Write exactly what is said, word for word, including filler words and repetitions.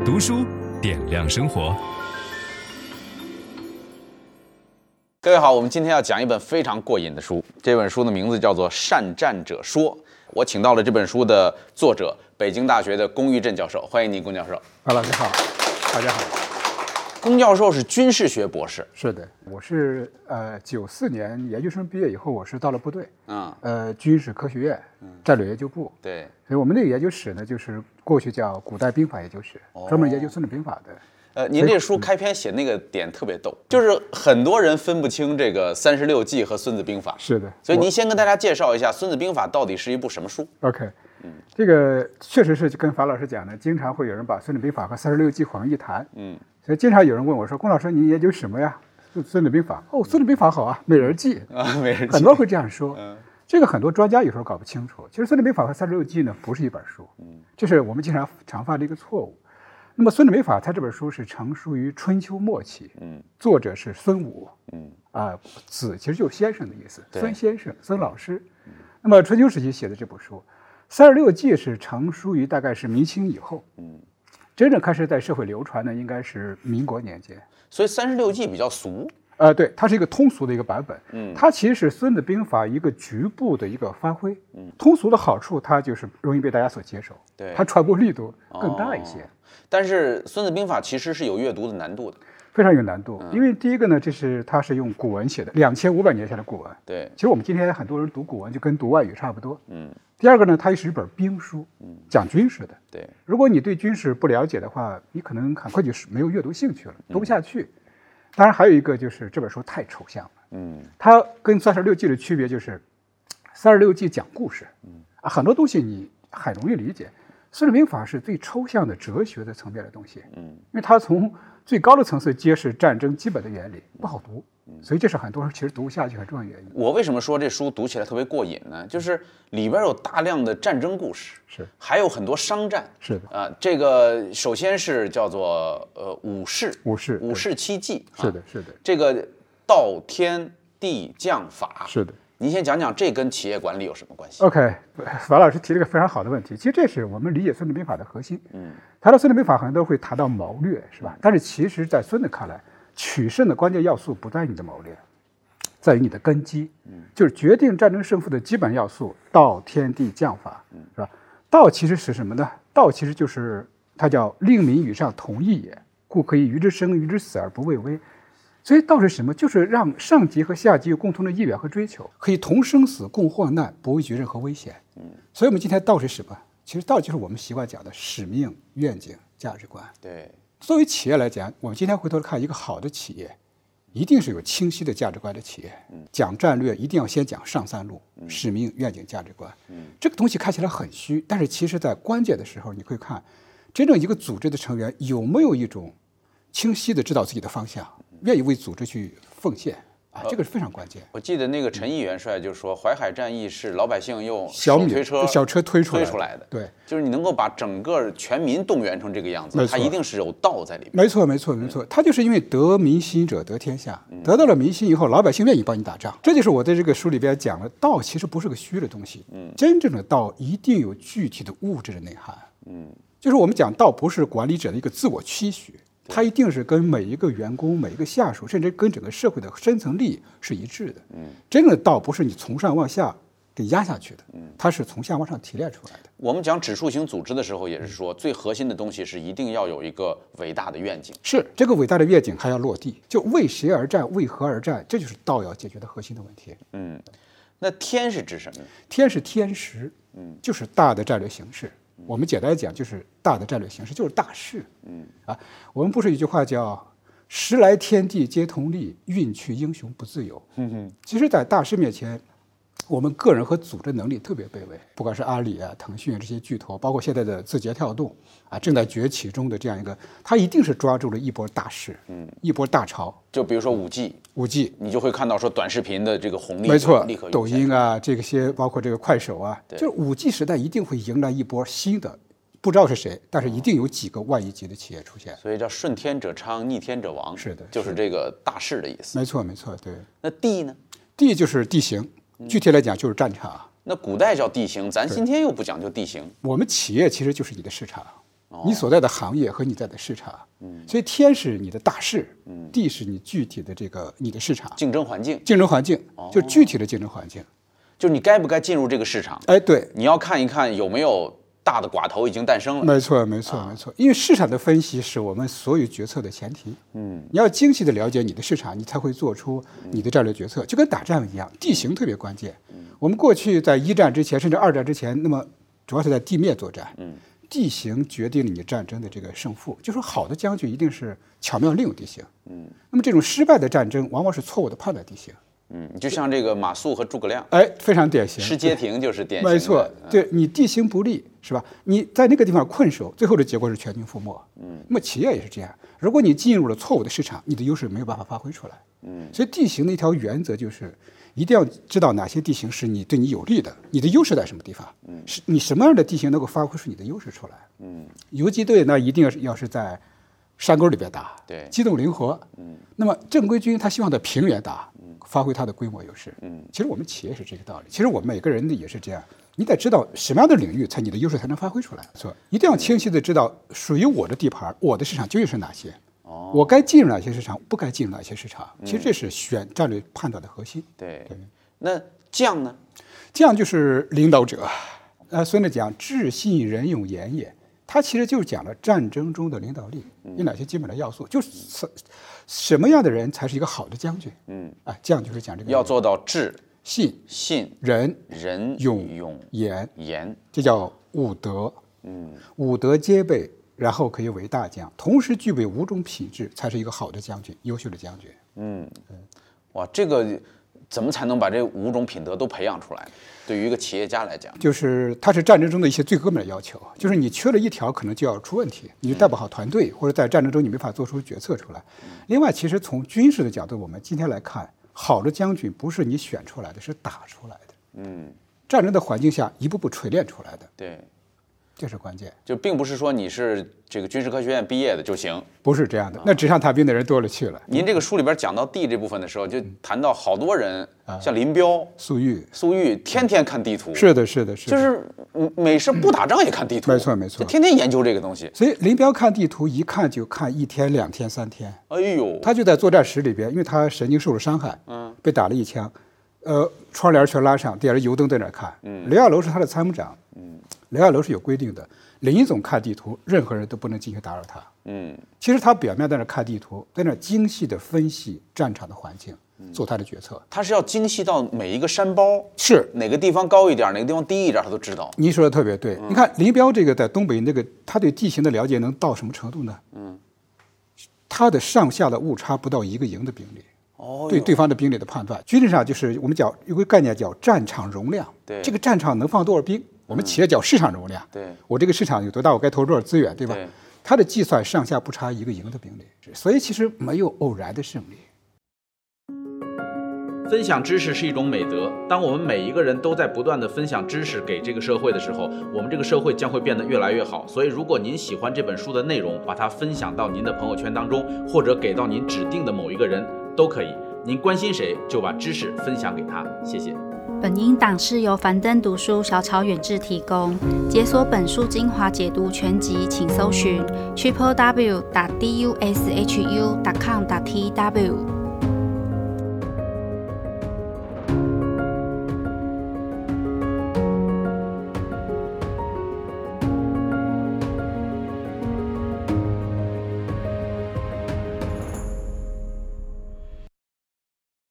读书点亮生活。 各位好，我们今天要讲一本非常过瘾的书，这本书的名字叫做《善战者说》。我请到了这本书的作者，北京大学的龚玉振教授，欢迎您，龚教授。 啊，老师好，大家好。 龚教授是军事学博士。 是的，我是呃九四年研究生毕业以后，我是到了部队， 嗯， 呃军事科学院战略研究部。 对， 所以我们那个研究室呢，就是过去叫古代兵法研究室， 哦专门研究孙子兵法的。 呃，您这书开篇写那个点特别逗，就是很多人分不清这个三十六计和孙子兵法。 是的， 所以您先跟大家介绍一下孙子兵法到底是一部什么书。 OK，嗯，这个确实是跟樊老师讲的，经常会有人把孙子兵法和三十六计混为一谈。嗯，所以经常有人问我说：“龚老师，您研究什么呀？孙子兵法？哦，孙子兵法好啊，美人计啊，美人计。” 很多人会这样说。 嗯， 这个很多专家有时候搞不清楚。其实孙子兵法和三十六计呢不是一本书。嗯，这是我们经常常犯的一个错误。那么《孙子兵法》它这本书是成书于春秋末期，嗯，作者是孙武，嗯啊，子其实就是先生的意思，孙先生、孙老师。那么春秋时期写的这部书，《三十六计》是成书于大概是明清以后，嗯，真正开始在社会流传呢，应该是民国年间。 所以三十六计比较俗。 呃，对，它是一个通俗的一个版本，嗯，它其实是《孙子兵法》一个局部的一个发挥，嗯，通俗的好处，它就是容易被大家所接受， 对， 它传播力度更大一些。哦， 但是《孙子兵法》其实是有阅读的难度的， 非常有难度，嗯，因为第一个呢，这是它是用古文写的，两千五百年前的古文， 对， 其实我们今天很多人读古文就跟读外语差不多，嗯。第二个呢，它也是一本兵书，嗯，讲军事的， 对。 如果你对军事不了解的话，你可能很快就没有阅读兴趣了，读不下去。嗯，当然还有一个就是这本书太抽象了，嗯，它跟三十六计的区别就是三十六计讲故事，嗯啊，很多东西你很容易理解，孙子兵法是最抽象的哲学的层面的东西，嗯，因为它从最高的层次揭示战争基本的原理，不好读，所以这是很多人其实读不下去很重要的原因。 我为什么说这书读起来特别过瘾呢？就是里边有大量的战争故事， 是， 还有很多商战， 是的啊，这个首先是叫做呃武士， 武士武士七计， 是的，是的， 这个道天地将法， 是的。 您先讲讲这跟企业管理有什么关系 ？OK， 樊老师提了个非常好的问题。其实这是我们理解《孙子兵法》的核心。嗯，谈到《孙子兵法》，很多人会谈到谋略，是吧？但是其实，在孙子看来，取胜的关键要素不在于你的谋略，在于你的根基。嗯，就是决定战争胜负的基本要素，道、天地、将法，是吧？道其实是什么呢？道其实就是它叫令民与上同义也，故可以于之生，于之死而不畏危。所以道是什么？就是让上级和下级有共同的意愿和追求，可以同生死、共患难，不畏惧任何危险。嗯，所以我们今天道是什么？其实道就是我们习惯讲的使命、愿景、价值观。 对， 作为企业来讲，我们今天回头看一个好的企业，一定是有清晰的价值观的企业。嗯，讲战略一定要先讲上三路：使命、愿景、价值观。嗯，这个东西看起来很虚，但是其实在关键的时候，你会看真正一个组织的成员有没有一种清晰的知道自己的方向。愿意为组织去奉献啊，这个是非常关键。 我记得那个陈毅元帅就说，淮海战役是老百姓用小米推车、 小车推出推出来的。 对， 就是你能够把整个全民动员成这个样子，它一定是有道在里面。 没错，没错，没错。它就是因为得民心者得天下，得到了民心以后，老百姓愿意帮你打仗。这就是我在这个书里边讲了，道其实不是个虚的东西。嗯，真正的道一定有具体的物质的内涵。嗯，就是我们讲道不是管理者的一个自我期许。它一定是跟每一个员工、每一个下属，甚至跟整个社会的深层利益是一致的。嗯，真正的道不是你从上往下给压下去的，嗯，它是从下往上提炼出来的。 我们讲指数型组织的时候，也是说最核心的东西是一定要有一个伟大的愿景。 是这个伟大的愿景还要落地，就为谁而战，为何而战，这就是道要解决的核心的问题。 嗯，那天是指什么呢？ 天是天时，嗯，就是大的战略形势。我们简单讲就是大的战略形势，就是大势。嗯啊，我们不是有句话叫“时来天地皆同力，运去英雄不自由”。嗯哼，其实，在大势面前，我们个人和组织能力特别卑微。不管是阿里啊、腾讯这些巨头，包括现在的字节跳动啊，正在崛起中的这样一个，它一定是抓住了一波大势，嗯，一波大潮。 就比如说五 G， 五 G， 你就会看到说短视频的这个红利， 没错， 立刻抖音啊，这些包括这个快手啊，就是五 G 时代一定会迎来一波新的，不知道是谁，但是一定有几个万亿级的企业出现。 所以叫顺天者昌，逆天者亡。 是的， 就是这个大势的意思。 没错，没错，对。 那地呢？ 地就是地形，具体来讲就是战场。 那古代叫地形，咱今天又不讲究地形。 我们企业其实就是你的市场。 你所在的行业和你在的市场。嗯，所以天是你的大势，嗯，地是你具体的这个你的市场竞争环境， 竞争环境就具体的竞争环境， 就你该不该进入这个市场？ 哎，对， 你要看一看有没有大的寡头已经诞生了。 没错，没错，没错。因为市场的分析是我们所有决策的前提。嗯，你要精细的了解你的市场，你才会做出你的战略决策。就跟打仗一样，地形特别关键。我们过去在一战之前，甚至二战之前，那么主要是在地面作战。嗯。地形决定了你战争的这个胜负，就说好的将军一定是巧妙利用地形，嗯，那么这种失败的战争往往是错误的判断地形， 嗯，就像这个马谡和诸葛亮， 哎，非常典型， 失街亭就是典型的， 没错，对你地形不利是吧？你在那个地方困守，最后的结果是全军覆没，嗯，那么企业也是这样，如果你进入了错误的市场，你的优势没有办法发挥出来，嗯，所以地形的一条原则就是。一定要知道哪些地形是你对你有利的，你的优势在什么地方？嗯，是你什么样的地形能够发挥出你的优势出来？嗯，游击队那一定要是要是在山沟里边打， 对， 机动灵活。嗯，那么正规军他希望在平原打，发挥他的规模优势。嗯，其实我们企业是这个道理，其实我们每个人的也是这样，你得知道什么样的领域才你的优势才能发挥出来。错，一定要清晰的知道属于我的地盘，我的市场究竟是哪些。哦，我该进入哪些市场，不该进入哪些市场，其实这是选战略判断的核心。 对，对，那将呢？ 将就是领导者。呃，孙子讲“智信仁勇严也”，他其实就是讲了战争中的领导力有哪些基本的要素，就是什么样的人才是一个好的将军。嗯，啊，将就是讲这个要做到智、 信、 信、 仁、 仁、 勇、 勇、 严、 严， 这叫五德。嗯，五德皆备。然后可以为大将，同时具备五种品质，才是一个好的将军，优秀的将军。 嗯，哇，这个怎么才能把这五种品德都培养出来？对于一个企业家来讲， 就是它是战争中的一些最根本的要求，就是你缺了一条，可能就要出问题，你就带不好团队，或者在战争中你没法做出决策出来。另外，其实从军事的角度，我们今天来看，好的将军不是你选出来的，是打出来的。嗯，战争的环境下一步步锤炼出来的。 对。 这是关键， 就并不是说你是这个军事科学院毕业的就行， 不是这样的。那纸上谈兵的人多了去了。 您这个书里边讲到地这部分的时候，就谈到好多人，像林彪、 粟裕、 粟裕，天天看地图。 是的，是的，是的。 就是每次不打仗也看地图， 没错，没错， 就天天研究这个东西。 所以林彪看地图，一看就看一天、两天、三天。 哎呦， 他就在作战室里边，因为他神经受了伤害，嗯，被打了一枪，呃，窗帘全拉上，点着油灯在那看。嗯，刘亚楼是他的参谋长，嗯，刘亚楼是有规定的。林总看地图，任何人都不能进去打扰他。嗯，其实他表面在那看地图，在那精细的分析战场的环境，做他的决策。 他是要精细到每一个山包， 是哪个地方高一点，哪个地方低一点，他都知道。 您说的特别对。嗯、你看林彪这个在东北那个，他对地形的了解能到什么程度呢？嗯，他的上下的误差不到一个营的兵力。哦，对对方的兵力的判断，军事上就是我们讲有个概念叫战场容量。对，这个战场能放多少兵？我们企业叫市场容量， 对， 我这个市场有多大，我该投多少资源，对吧？对，它的计算上下不差一个营的兵力，所以其实没有偶然的胜利。 分享知识是一种美德，当我们每一个人都在不断的分享知识给这个社会的时候，我们这个社会将会变得越来越好。所以如果您喜欢这本书的内容，把它分享到您的朋友圈当中，或者给到您指定的某一个人都可以。您关心谁，就把知识分享给他。谢谢。 本音档是由樊登读书小草远志提供。解锁本书精华解读全集，请搜寻 triple w 点 d u s h u 点 com 点 t w。